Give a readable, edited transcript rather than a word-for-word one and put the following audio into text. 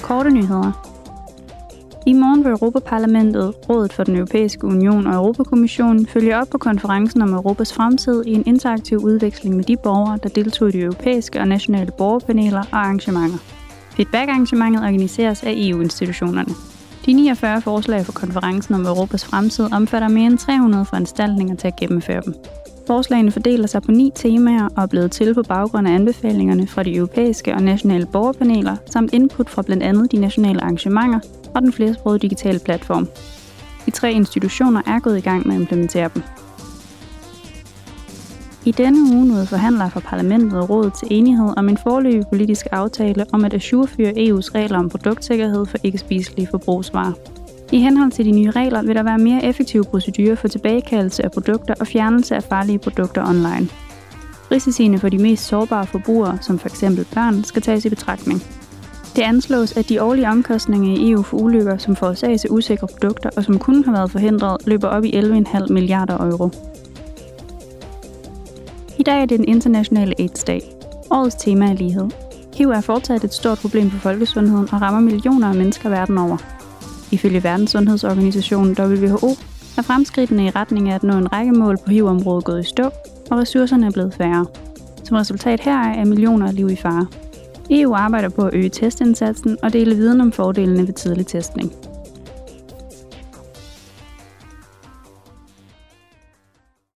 Korte nyheder. I morgen vil Europaparlamentet, Rådet for den Europæiske Union og Europakommissionen følge op på konferencen om Europas fremtid i en interaktiv udveksling med de borgere, der deltog i de europæiske og nationale borgerpaneler og arrangementer. Feedback-arrangementet organiseres af EU-institutionerne. De 49 forslag for konferencen om Europas fremtid omfatter mere end 300 foranstaltninger til at gennemføre dem. Forslagene fordeler sig på 9 temaer og er blevet til på baggrund af anbefalingerne fra de europæiske og nationale borgerpaneler samt input fra blandt andet de nationale arrangementer og den flersprogede digitale platform. De 3 institutioner er gået i gang med at implementere dem. I denne uge nåede forhandlere fra Parlamentet og Rådet til enighed om en foreløbig politisk aftale om at ajourføre EU's regler om produktsikkerhed for ikke-spiselige forbrugsvarer. I henhold til de nye regler vil der være mere effektive procedurer for tilbagekaldelse af produkter og fjernelse af farlige produkter online. Risiciene for de mest sårbare forbrugere, som f.eks. børn, skal tages i betragtning. Det anslås, at de årlige omkostninger i EU for ulykker, som forårsages af usikre produkter og som kunne have været forhindret, løber op i 11,5 milliarder euro. I dag er det den internationale AIDS-dag. Årets tema er lighed. HIV er fortsat et stort problem for folkesundheden og rammer millioner af mennesker verden over. Ifølge Verdenssundhedsorganisationen WHO er fremskridtene i retning af at nå en række mål på HIV-området gået i stå, og ressourcerne er blevet færre. Som resultat heraf er millioner af liv i fare. EU arbejder på at øge testindsatsen og dele viden om fordelene ved tidlig testning.